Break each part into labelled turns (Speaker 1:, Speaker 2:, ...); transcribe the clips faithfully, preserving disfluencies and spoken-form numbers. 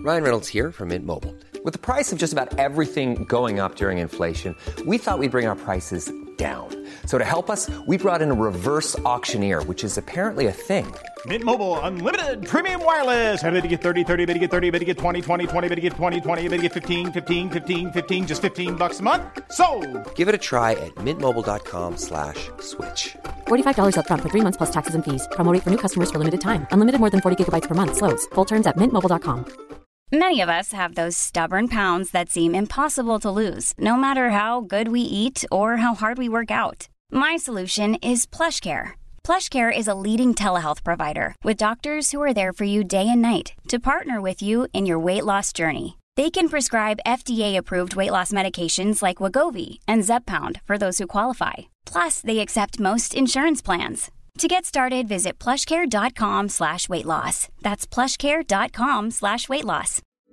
Speaker 1: Ryan Reynolds here from Mint Mobile. With the price of just about everything going up during inflation, we thought we'd bring our prices down. So to help us, we brought in a reverse auctioneer, which is apparently a thing.
Speaker 2: Mint Mobile Unlimited Premium Wireless. How to get thirty, thirty, how to get thirty, how to get twenty, twenty, twenty, how to get twenty, twenty, how to get fifteen, fifteen, fifteen, fifteen, just fifteen bucks a month? Sold!
Speaker 1: Give it a try at mintmobile.com slash switch.
Speaker 3: forty-five dollars up front for three months plus taxes and fees. Promo rate for new customers for limited time. Unlimited more than forty gigabytes per month. Slows full terms at mint mobile dot com.
Speaker 4: Many of us have those stubborn pounds that seem impossible to lose, no matter how good we eat or how hard we work out. My solution is PlushCare. PlushCare is a leading telehealth provider with doctors who are there for you day and night to partner with you in your weight loss journey. They can prescribe F D A-approved weight loss medications like Wegovy and Zepbound for those who qualify. Plus, they accept most insurance plans. To get started, visit plushcare.com slash weight loss. That's plushcare.com slash weight loss.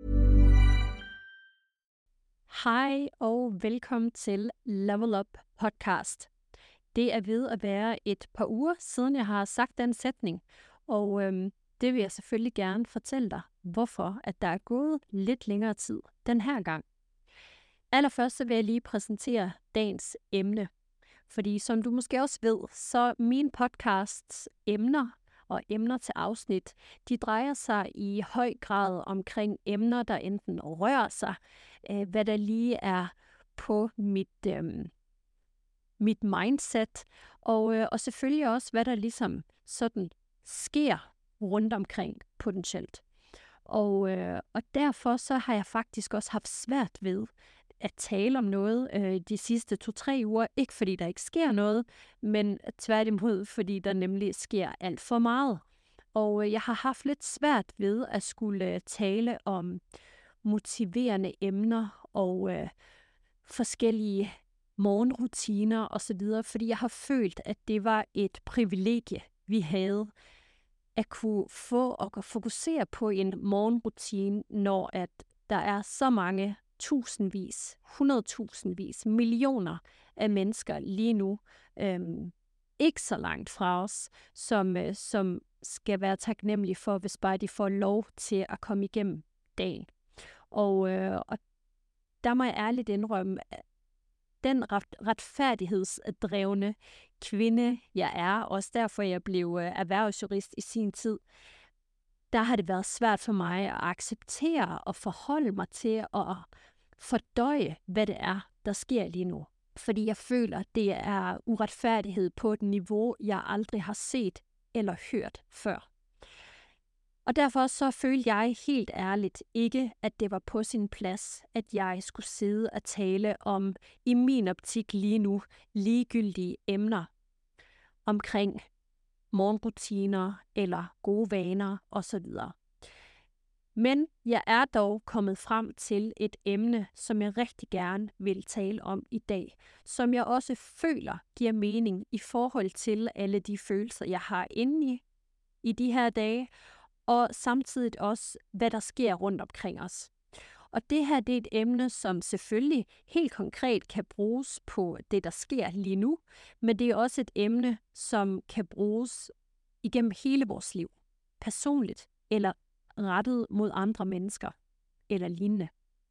Speaker 5: Hej og velkommen til Level Up Podcast. Det er ved at være et par uger siden, jeg har sagt den sætning, og øhm, det vil jeg selvfølgelig gerne fortælle dig, hvorfor at der er gået lidt længere tid den her gang. Allerførst så vil jeg lige præsentere dagens emne. Fordi som du måske også ved, så mine podcasts emner og emner til afsnit, de drejer sig i høj grad omkring emner, der enten rører sig, øh, hvad der lige er på mit, øh, mit mindset, og, øh, og selvfølgelig også, hvad der ligesom sådan sker rundt omkring potentielt. Og, øh, og derfor så har jeg faktisk også haft svært ved at tale om noget øh, de sidste to-tre uger. Ikke fordi der ikke sker noget, men tværtimod, fordi der nemlig sker alt for meget. Og øh, jeg har haft lidt svært ved at skulle øh, tale om motiverende emner og øh, forskellige morgenrutiner osv., fordi jeg har følt, at det var et privilegie, vi havde, at kunne få og fokusere på en morgenrutine, når at der er så mange tusindvis, hundredtusindvis, millioner af mennesker lige nu, øhm, ikke så langt fra os, som, øh, som skal være taknemmelige for, hvis bare de får lov til at komme igennem dagen. Og, øh, og der må jeg ærligt indrømme, den ret, retfærdighedsdrevne kvinde, jeg er, også derfor jeg blev øh, erhvervsjurist i sin tid, der har det været svært for mig at acceptere og forholde mig til at fordøje, hvad det er, der sker lige nu. Fordi jeg føler, at det er uretfærdighed på et niveau, jeg aldrig har set eller hørt før. Og derfor så følte jeg helt ærligt ikke, at det var på sin plads, at jeg skulle sidde og tale om, i min optik lige nu, ligegyldige emner omkring morgenrutiner eller gode vaner osv. Men jeg er dog kommet frem til et emne, som jeg rigtig gerne vil tale om i dag, som jeg også føler giver mening i forhold til alle de følelser, jeg har inde i, i de her dage, og samtidig også, hvad der sker rundt omkring os. Og det her, det er et emne, som selvfølgelig helt konkret kan bruges på det, der sker lige nu, men det er også et emne, som kan bruges igennem hele vores liv, personligt eller rettet mod andre mennesker eller lignende.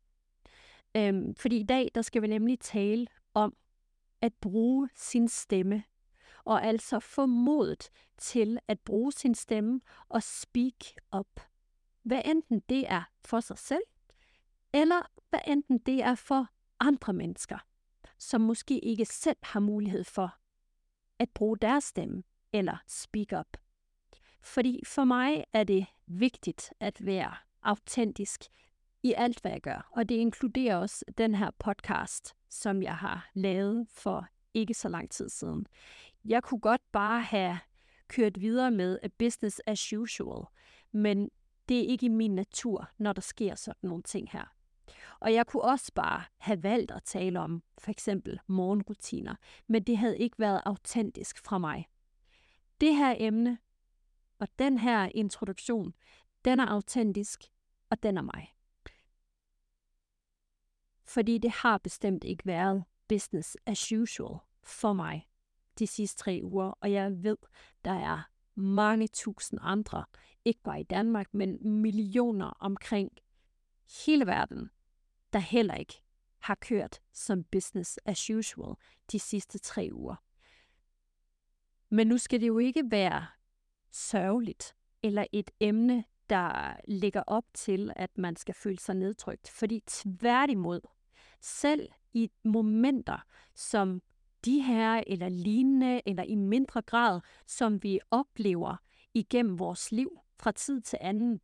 Speaker 5: Øhm, fordi i dag, der skal vi nemlig tale om at bruge sin stemme, og altså få modet til at bruge sin stemme og speak up. Hvad enten det er for sig selv, eller hvad enten det er for andre mennesker, som måske ikke selv har mulighed for at bruge deres stemme eller speak up. Fordi for mig er det vigtigt at være autentisk i alt, hvad jeg gør. Og det inkluderer også den her podcast, som jeg har lavet for ikke så lang tid siden. Jeg kunne godt bare have kørt videre med a business as usual, men det er ikke i min natur, når der sker sådan nogle ting her. Og jeg kunne også bare have valgt at tale om for eksempel morgenrutiner, men det havde ikke været autentisk fra mig. Det her emne og den her introduktion, den er autentisk, og den er mig. Fordi det har bestemt ikke været business as usual for mig de sidste tre uger, og jeg ved, der er mange tusind andre, ikke bare i Danmark, men millioner omkring hele verden, der heller ikke har kørt som business as usual de sidste tre uger. Men nu skal det jo ikke være sørgeligt eller et emne, der ligger op til, at man skal føle sig nedtrykt. Fordi tværtimod, selv i momenter som de her eller lignende, eller i mindre grad, som vi oplever igennem vores liv fra tid til anden,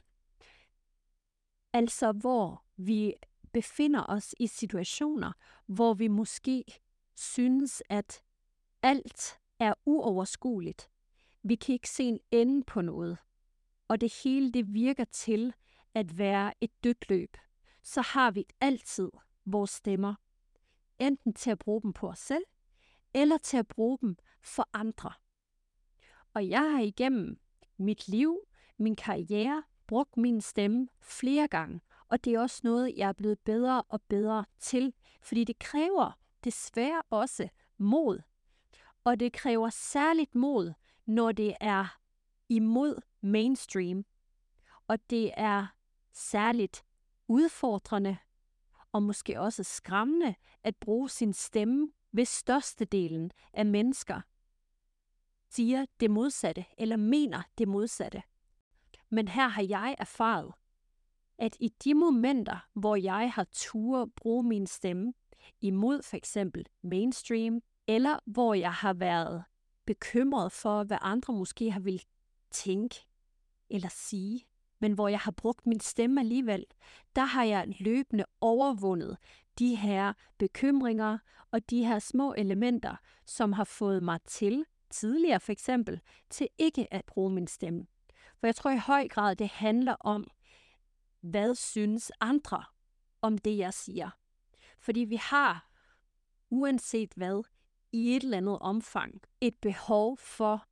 Speaker 5: altså hvor vi befinder os i situationer, hvor vi måske synes, at alt er uoverskueligt. Vi kan ikke se en ende på noget, og det hele det virker til at være et dødt løb. Så har vi altid vores stemmer, enten til at bruge dem på os selv, eller til at bruge dem for andre. Og jeg har igennem mit liv, min karriere, brugt min stemme flere gange, og det er også noget, jeg er blevet bedre og bedre til, fordi det kræver desværre også mod. Og det kræver særligt mod, når det er imod mainstream. Og det er særligt udfordrende og måske også skræmmende at bruge sin stemme, hvis størstedelen af mennesker siger det modsatte eller mener det modsatte. Men her har jeg erfaret, at i de momenter, hvor jeg har turde bruge min stemme imod for eksempel mainstream, eller hvor jeg har været bekymret for, hvad andre måske har ville tænke eller sige, men hvor jeg har brugt min stemme alligevel, der har jeg løbende overvundet de her bekymringer og de her små elementer, som har fået mig til tidligere for eksempel, til ikke at bruge min stemme. For jeg tror i høj grad, det handler om, hvad synes andre om det, jeg siger. Fordi vi har, uanset hvad, i et eller andet omfang, et behov for,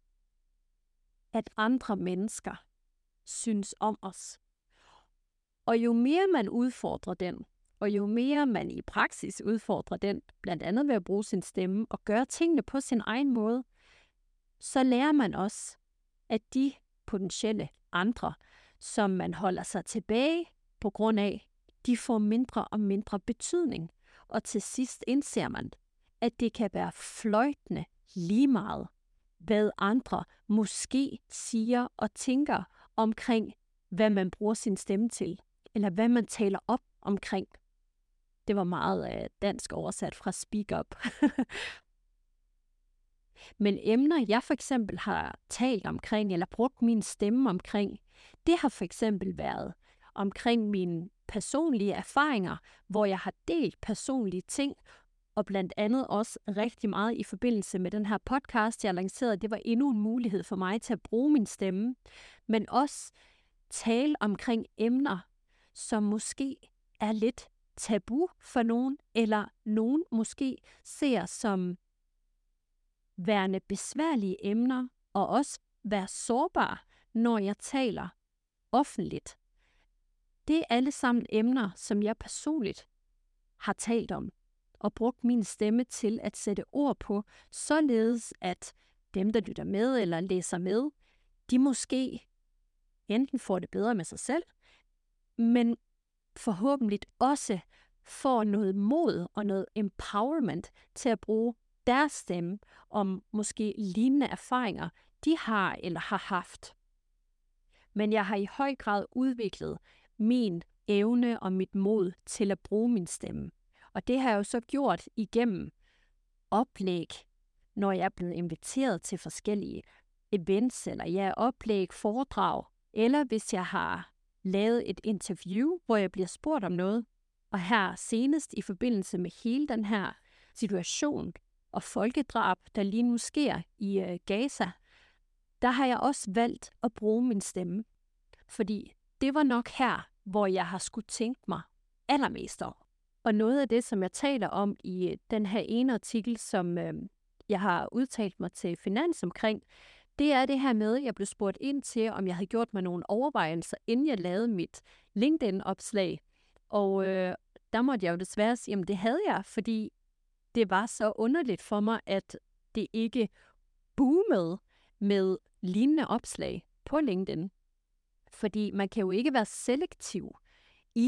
Speaker 5: at andre mennesker synes om os. Og jo mere man udfordrer den, og jo mere man i praksis udfordrer den, blandt andet ved at bruge sin stemme og gøre tingene på sin egen måde, så lærer man også, at de potentielle andre, som man holder sig tilbage på grund af, de får mindre og mindre betydning. Og til sidst indser man, at det kan være fløjtende lige meget, hvad andre måske siger og tænker omkring, hvad man bruger sin stemme til, eller hvad man taler op omkring. Det var meget uh, dansk oversat fra Speak Up. Men emner, jeg for eksempel har talt omkring, eller brugt min stemme omkring, det har for eksempel været omkring mine personlige erfaringer, hvor jeg har delt personlige ting, og blandt andet også rigtig meget i forbindelse med den her podcast, jeg lancerede. Det var endnu en mulighed for mig til at bruge min stemme, men også tale omkring emner, som måske er lidt tabu for nogen, eller nogen måske ser som værende besværlige emner, og også være sårbar, når jeg taler offentligt. Det er alle sammen emner, som jeg personligt har talt om, og brugt min stemme til at sætte ord på, således at dem, der lytter med eller læser med, de måske enten får det bedre med sig selv, men forhåbentlig også får noget mod og noget empowerment til at bruge deres stemme om måske lignende erfaringer, de har eller har haft. Men jeg har i høj grad udviklet min evne og mit mod til at bruge min stemme. Og det har jeg jo så gjort igennem oplæg, når jeg er blevet inviteret til forskellige events, eller jeg er oplæg, foredrag, eller hvis jeg har lavet et interview, hvor jeg bliver spurgt om noget. Og her senest i forbindelse med hele den her situation og folkedrab, der lige nu sker i øh, Gaza, der har jeg også valgt at bruge min stemme. Fordi det var nok her, hvor jeg har skulle tænke mig allermest om. Og noget af det, som jeg taler om i den her ene artikel, som øh, jeg har udtalt mig til Finans omkring, det er det her med, at jeg blev spurgt ind til, om jeg havde gjort mig nogle overvejelser, inden jeg lavede mit LinkedIn-opslag. Og øh, der måtte jeg jo desværre sige, at det havde jeg, fordi det var så underligt for mig, at det ikke boomede med lignende opslag på LinkedIn. Fordi man kan jo ikke være selektiv i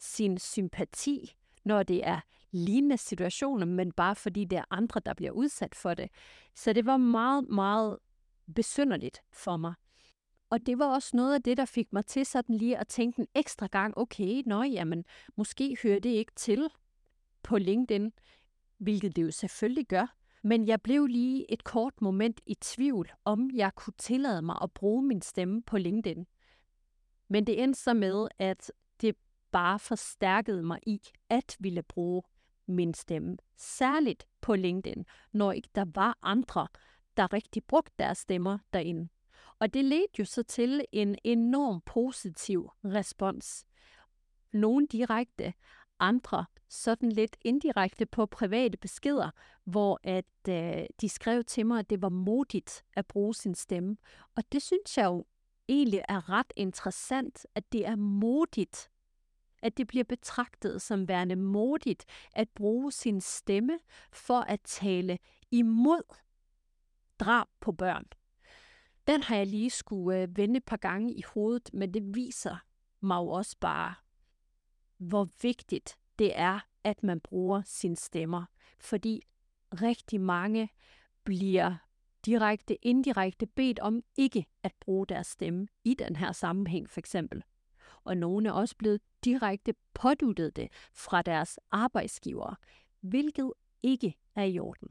Speaker 5: sin sympati, når det er lignende situationer, men bare fordi det er andre, der bliver udsat for det. Så det var meget, meget besynderligt for mig. Og det var også noget af det, der fik mig til sådan lige at tænke en ekstra gang, okay, nå jamen, måske hører det ikke til på LinkedIn, hvilket det jo selvfølgelig gør. Men jeg blev lige et kort moment i tvivl, om jeg kunne tillade mig at bruge min stemme på LinkedIn. Men det endte så med, at det bare forstærkede mig i at ville bruge min stemme. Særligt på LinkedIn, når ikke der var andre, der rigtig brugte deres stemmer derinde. Og det ledte jo så til en enorm positiv respons. Nogle direkte, andre sådan lidt indirekte på private beskeder, hvor at øh, de skrev til mig, at det var modigt at bruge sin stemme. Og det synes jeg jo egentlig er ret interessant, at det er modigt, at det bliver betragtet som værende modigt at bruge sin stemme for at tale imod drab på børn. Den har jeg lige skulle øh, vende et par gange i hovedet, men det viser mig jo også bare, hvor vigtigt det er, at man bruger sine stemmer. Fordi rigtig mange bliver direkte, indirekte bedt om ikke at bruge deres stemme i den her sammenhæng for eksempel. Og nogle er også blevet direkte påduttet det fra deres arbejdsgivere, hvilket ikke er i orden.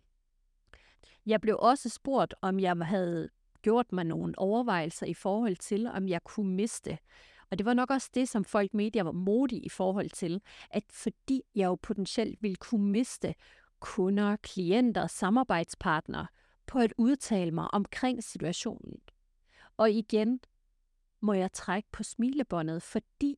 Speaker 5: Jeg blev også spurgt, om jeg havde gjort mig nogle overvejelser i forhold til, om jeg kunne miste. Og det var nok også det, som folk mente, jeg var modig i forhold til, at fordi jeg jo potentielt ville kunne miste kunder, klienter, samarbejdspartnere på at udtale mig omkring situationen. Og igen må jeg trække på smilebåndet, fordi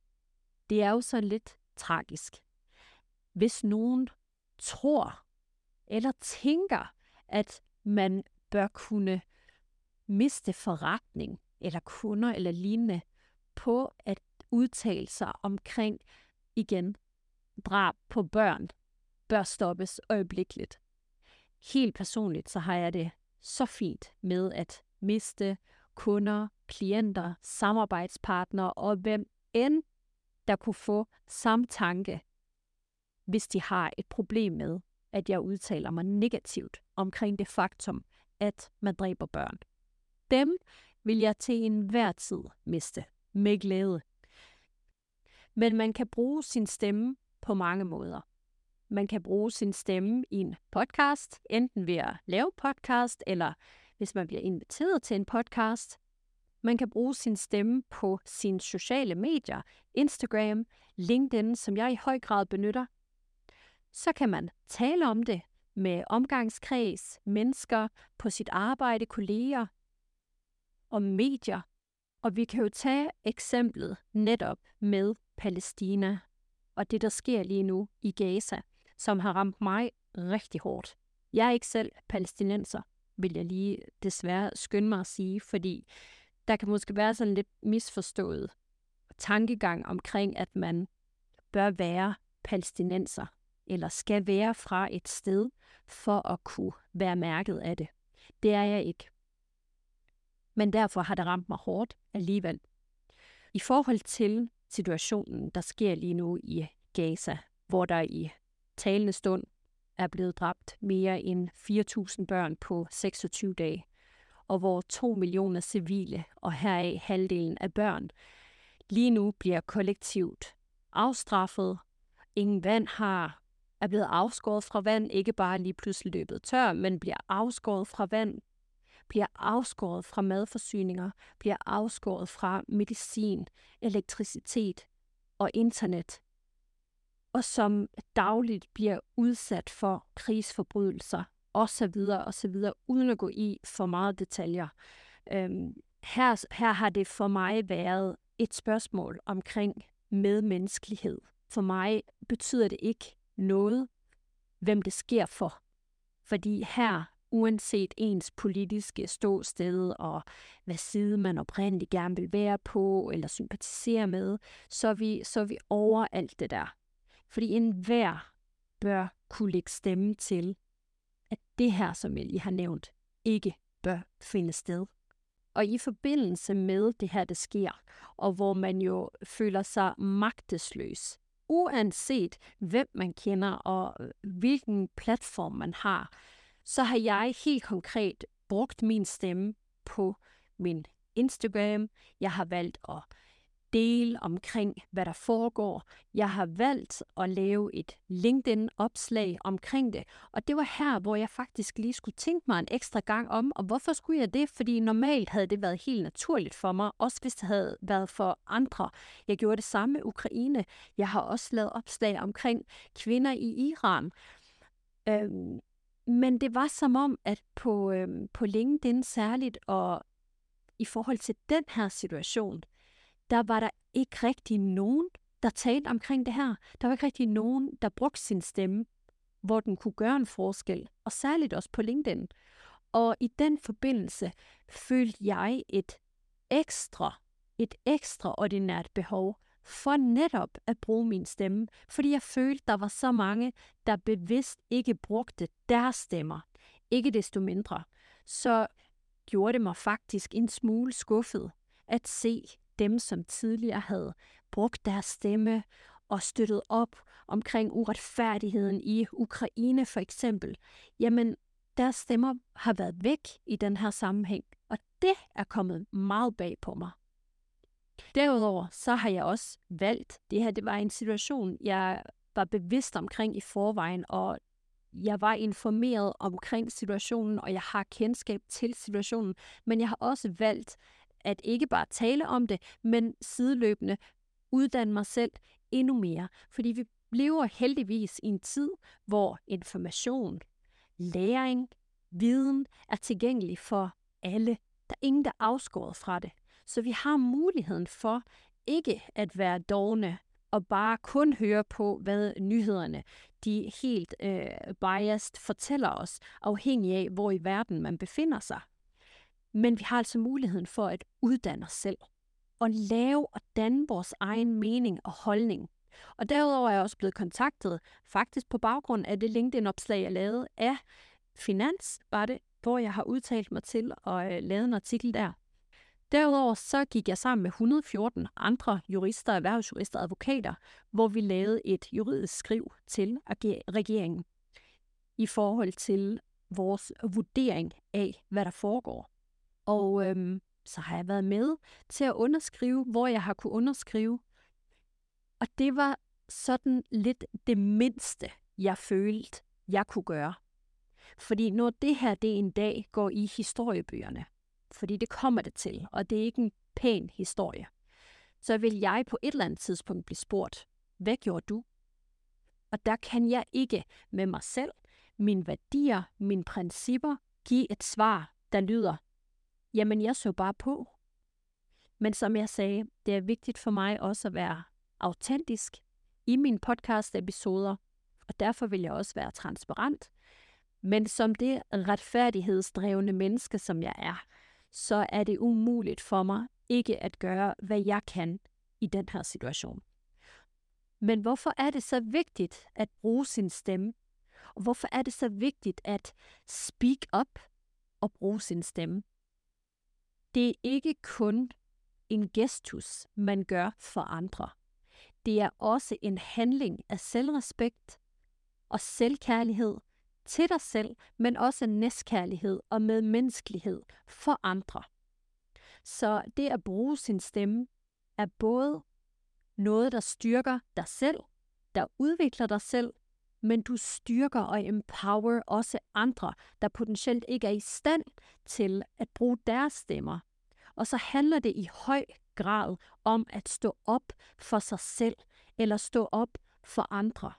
Speaker 5: det er jo så lidt tragisk. Hvis nogen tror eller tænker, at man bør kunne miste forretning eller kunder eller lignende på at udtale sig omkring, igen, drab på børn, bør stoppes øjeblikkeligt. Helt personligt så har jeg det så fint med at miste kunder, klienter, samarbejdspartnere og hvem end der kunne få samme tanke, hvis de har et problem med, at jeg udtaler mig negativt omkring det faktum, at man dræber børn. Dem vil jeg til enhver tid miste med glæde. Men man kan bruge sin stemme på mange måder. Man kan bruge sin stemme i en podcast, enten ved at lave podcast, eller hvis man bliver inviteret til en podcast. Man kan bruge sin stemme på sine sociale medier, Instagram, LinkedIn, som jeg i høj grad benytter. Så kan man tale om det med omgangskreds, mennesker, på sit arbejde, kolleger og medier. Og vi kan jo tage eksemplet netop med Palæstina og det, der sker lige nu i Gaza, som har ramt mig rigtig hårdt. Jeg er ikke selv palæstinenser, vil jeg lige desværre skynde mig at sige, fordi der kan måske være sådan lidt misforstået tankegang omkring, at man bør være palæstinenser, eller skal være fra et sted, for at kunne være mærket af det. Det er jeg ikke. Men derfor har det ramt mig hårdt alligevel. I forhold til situationen, der sker lige nu i Gaza, hvor der i talende stund er blevet dræbt mere end fire tusind børn på seksogtyve dage, og hvor to millioner civile, og heraf halvdelen af børn, lige nu bliver kollektivt afstraffet. Ingen vand har er blevet afskåret fra vand, ikke bare lige pludselig løbet tør, men bliver afskåret fra vand, bliver afskåret fra madforsyninger, bliver afskåret fra medicin, elektricitet og internet, og som dagligt bliver udsat for krigsforbrydelser, osv., osv., uden at gå i for meget detaljer. Øhm, her, her har det for mig været et spørgsmål omkring medmenneskelighed. For mig betyder det ikke noget, hvem det sker for. Fordi her, uanset ens politiske ståsted og hvad side man oprindeligt gerne vil være på eller sympatisere med, så er vi, så er vi over alt det der. Fordi enhver bør kunne lægge stemme til, at det her, som jeg lige har nævnt, ikke bør finde sted. Og i forbindelse med det her, der sker, og hvor man jo føler sig magtesløs, uanset hvem man kender og hvilken platform man har, så har jeg helt konkret brugt min stemme på min Instagram. Jeg har valgt at dele omkring, hvad der foregår. Jeg har valgt at lave et LinkedIn-opslag omkring det. Og det var her, hvor jeg faktisk lige skulle tænke mig en ekstra gang om, og hvorfor skulle jeg det? Fordi normalt havde det været helt naturligt for mig, også hvis det havde været for andre. Jeg gjorde det samme med Ukraine. Jeg har også lavet opslag omkring kvinder i Iran. Øhm, men det var som om, at på, øhm, på LinkedIn særligt, og i forhold til den her situation, der var der ikke rigtig nogen, der talte omkring det her. Der var ikke rigtig nogen, der brugte sin stemme, hvor den kunne gøre en forskel, og særligt også på LinkedIn. Og i den forbindelse følte jeg et ekstra, et ekstraordinært behov for netop at bruge min stemme, fordi jeg følte, der var så mange, der bevidst ikke brugte deres stemmer. Ikke desto mindre. Så gjorde det mig faktisk en smule skuffet at se dem, som tidligere havde brugt deres stemme og støttet op omkring uretfærdigheden i Ukraine for eksempel, jamen deres stemmer har været væk i den her sammenhæng, og det er kommet meget bag på mig. Derudover så har jeg også valgt, det her det var en situation, jeg var bevidst omkring i forvejen, og jeg var informeret omkring situationen, og jeg har kendskab til situationen, men jeg har også valgt at ikke bare tale om det, men sideløbende uddanne mig selv endnu mere. Fordi vi lever heldigvis i en tid, hvor information, læring, viden er tilgængelig for alle. Der er ingen, der er afskåret fra det. Så vi har muligheden for ikke at være dovne og bare kun høre på, hvad nyhederne de helt øh, biased fortæller os, afhængig af, hvor i verden man befinder sig. Men vi har altså muligheden for at uddanne os selv og lave og danne vores egen mening og holdning. Og derudover er jeg også blevet kontaktet, faktisk på baggrund af det LinkedIn-opslag, jeg lavede af Finans, var det, hvor jeg har udtalt mig til og øh, lavet en artikel der. Derudover så gik jeg sammen med et hundrede og fjorten andre jurister, erhvervsjurister og advokater, hvor vi lavede et juridisk skriv til regeringen i forhold til vores vurdering af, hvad der foregår. Og øhm, så har jeg været med til at underskrive, hvor jeg har kunne underskrive. Og det var sådan lidt det mindste, jeg følte, jeg kunne gøre. Fordi når det her det en dag går i historiebøgerne, fordi det kommer det til, og det er ikke en pæn historie, så vil jeg på et eller andet tidspunkt blive spurgt, hvad gjorde du? Og der kan jeg ikke med mig selv, mine værdier, mine principper, give et svar, der lyder, jamen jeg så bare på. Men som jeg sagde, det er vigtigt for mig også at være autentisk i mine podcast-episoder, og derfor vil jeg også være transparent. Men som det retfærdighedsdrevne menneske, som jeg er, så er det umuligt for mig ikke at gøre, hvad jeg kan i den her situation. Men hvorfor er det så vigtigt at bruge sin stemme? Og hvorfor er det så vigtigt at speak up og bruge sin stemme? Det er ikke kun en gestus, man gør for andre. Det er også en handling af selvrespekt og selvkærlighed til dig selv, men også næstkærlighed og medmenneskelighed for andre. Så det at bruge sin stemme er både noget, der styrker dig selv, der udvikler dig selv, men du styrker og empower også andre, der potentielt ikke er i stand til at bruge deres stemmer. Og så handler det i høj grad om at stå op for sig selv, eller stå op for andre.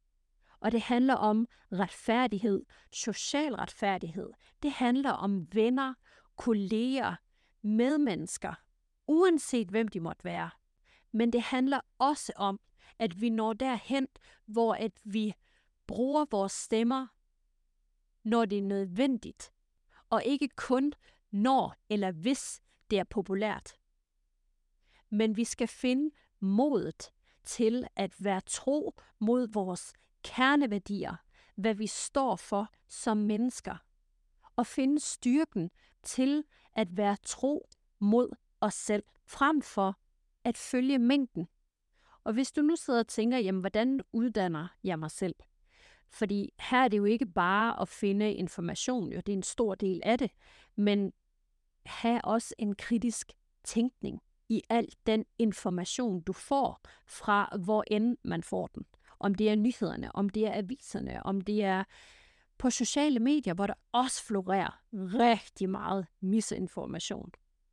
Speaker 5: Og det handler om retfærdighed, social retfærdighed. Det handler om venner, kolleger, medmennesker, uanset hvem de måtte være. Men det handler også om, at vi når derhen, hvor at vi bruger vores stemmer, når det er nødvendigt, og ikke kun når eller hvis det er populært. Men vi skal finde modet til at være tro mod vores kerneværdier, hvad vi står for som mennesker, og finde styrken til at være tro mod os selv, frem for at følge mængden. Og hvis du nu sidder og tænker, jamen hvordan uddanner jeg mig selv? Fordi her er det jo ikke bare at finde information, jo det er en stor del af det, men have også en kritisk tænkning i al den information, du får fra hvor end man får den. Om det er nyhederne, om det er aviserne, om det er på sociale medier, hvor der også florerer rigtig meget misinformation.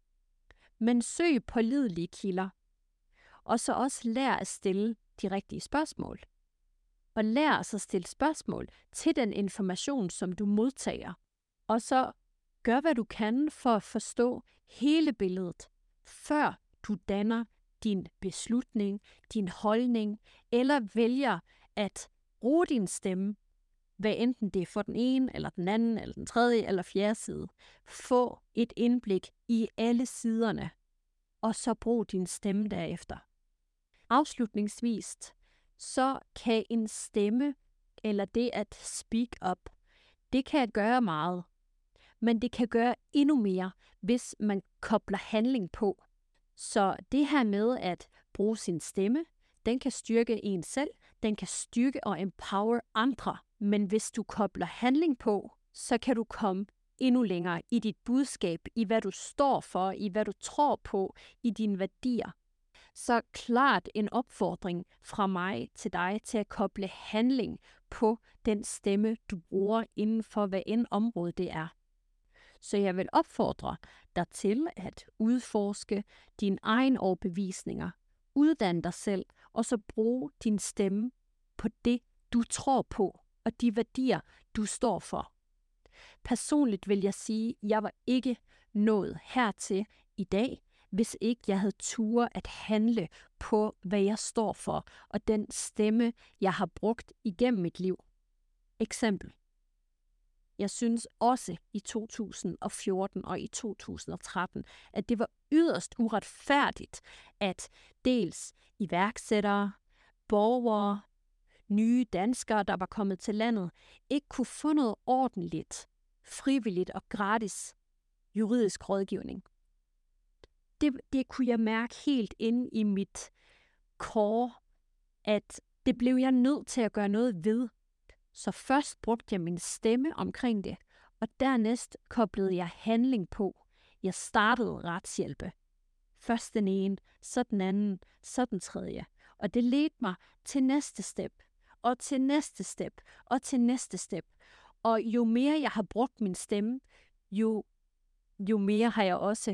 Speaker 5: Men søg pålidelige kilder, og så også lær at stille de rigtige spørgsmål. Og lær os at stille spørgsmål til den information, som du modtager. Og så gør, hvad du kan for at forstå hele billedet, før du danner din beslutning, din holdning, eller vælger at bruge din stemme, hvad enten det er for den ene, eller den anden, eller den tredje, eller fjerde side. Få et indblik i alle siderne, og så brug din stemme derefter. Afslutningsvis, så kan en stemme, eller det at speak up, det kan gøre meget. Men det kan gøre endnu mere, hvis man kobler handling på. Så det her med at bruge sin stemme, den kan styrke en selv, den kan styrke og empower andre. Men hvis du kobler handling på, så kan du komme endnu længere i dit budskab, i hvad du står for, i hvad du tror på, i dine værdier. Så klart en opfordring fra mig til dig til at koble handling på den stemme, du bruger inden for hvad end område det er. Så jeg vil opfordre dig til at udforske dine egne overbevisninger, uddanne dig selv, og så bruge din stemme på det, du tror på, og de værdier, du står for. Personligt vil jeg sige, at jeg var ikke nået hertil i dag, hvis ikke jeg havde tur at handle på, hvad jeg står for, og den stemme, jeg har brugt igennem mit liv. Eksempel. Jeg synes også i to tusind og fjorten og i to tusind og tretten, at det var yderst uretfærdigt, at dels iværksættere, borgere, nye danskere, der var kommet til landet, ikke kunne få noget ordentligt, frivilligt og gratis juridisk rådgivning. Det, det kunne jeg mærke helt inde i mit core, at det blev jeg nødt til at gøre noget ved. Så først brugte jeg min stemme omkring det, og dernæst koblede jeg handling på. Jeg startede retshjælpe. Først den ene, så den anden, så den tredje. Og det ledte mig til næste step, og til næste step, og til næste step. Og jo mere jeg har brugt min stemme, jo, jo mere har jeg også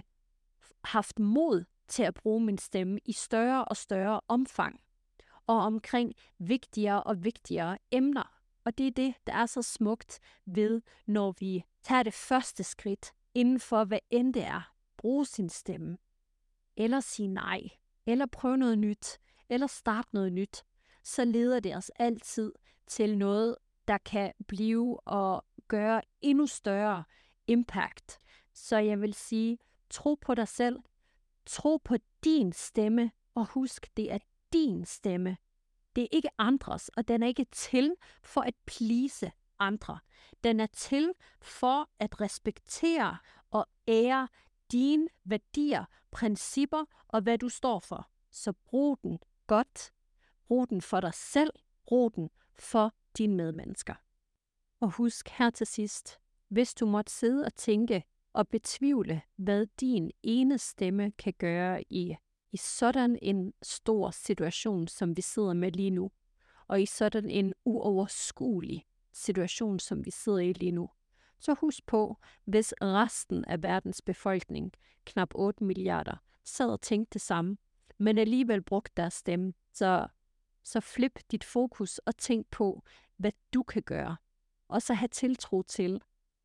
Speaker 5: haft mod til at bruge min stemme i større og større omfang, og omkring vigtigere og vigtigere emner. Og det er det, der er så smukt ved, når vi tager det første skridt inden for, hvad end det er. Bruge sin stemme, eller sige nej, eller prøve noget nyt, eller starte noget nyt. Så leder det os altid til noget, der kan blive og gøre endnu større impact. Så jeg vil sige, tro på dig selv, tro på din stemme, og husk, det er din stemme. Det er ikke andres, og den er ikke til for at please andre. Den er til for at respektere og ære dine værdier, principper og hvad du står for. Så brug den godt. Brug den for dig selv. Brug den for dine medmennesker. Og husk her til sidst, hvis du måtte sidde og tænke og betvivle, hvad din ene stemme kan gøre i I sådan en stor situation, som vi sidder med lige nu, og i sådan en uoverskuelig situation, som vi sidder i lige nu, så husk på, hvis resten af verdens befolkning, knap otte milliarder, sad og tænkte det samme, men alligevel brugte deres stemme, så, så flip dit fokus og tænk på, hvad du kan gøre, og så have tiltro til,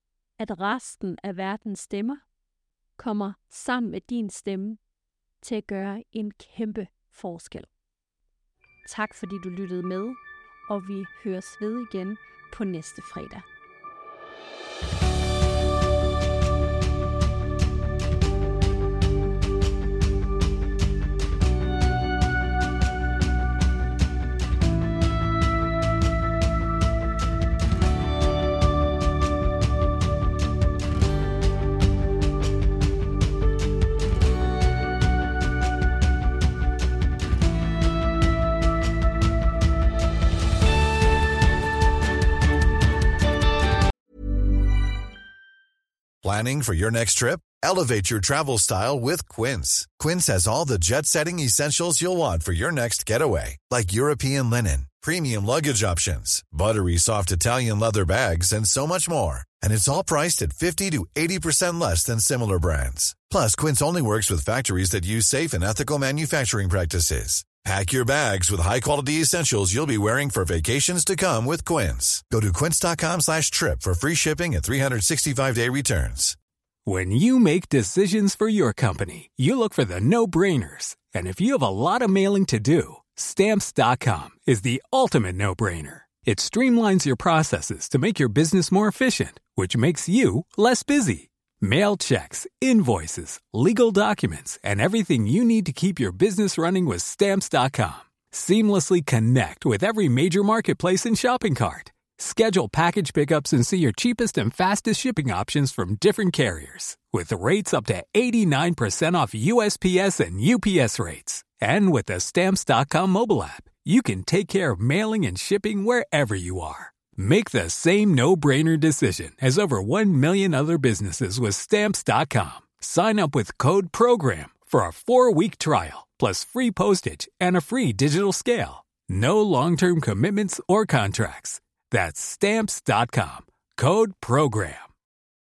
Speaker 5: at resten af verdens stemmer kommer sammen med din stemme, til at gøre en kæmpe forskel. Tak fordi du lyttede med, og vi høres ved igen på næste fredag.
Speaker 6: Planning for your next trip? Elevate your travel style with Quince. Quince has all the jet-setting essentials you'll want for your next getaway, like European linen, premium luggage options, buttery soft Italian leather bags, and so much more. And it's all priced at fifty to eighty percent less than similar brands. Plus, Quince only works with factories that use safe and ethical manufacturing practices. Pack your bags with high-quality essentials you'll be wearing for vacations to come with Quince. Go to quince.com slash trip for free shipping and three sixty-five day returns.
Speaker 7: When you make decisions for your company, you look for the no-brainers. And if you have a lot of mailing to do, Stamps dot com is the ultimate no-brainer. It streamlines your processes to make your business more efficient, which makes you less busy. Mail checks, invoices, legal documents, and everything you need to keep your business running with Stamps dot com. Seamlessly connect with every major marketplace and shopping cart. Schedule package pickups and see your cheapest and fastest shipping options from different carriers, with rates up to eighty-nine percent off U S P S and U P S rates. And with the Stamps dot com mobile app, you can take care of mailing and shipping wherever you are. Make the same no-brainer decision as over one million other businesses with Stamps dot com. Sign up with code PROGRAM for a four-week trial, plus free postage and a free digital scale. No long-term commitments or contracts. That's Stamps dot com. Code PROGRAM.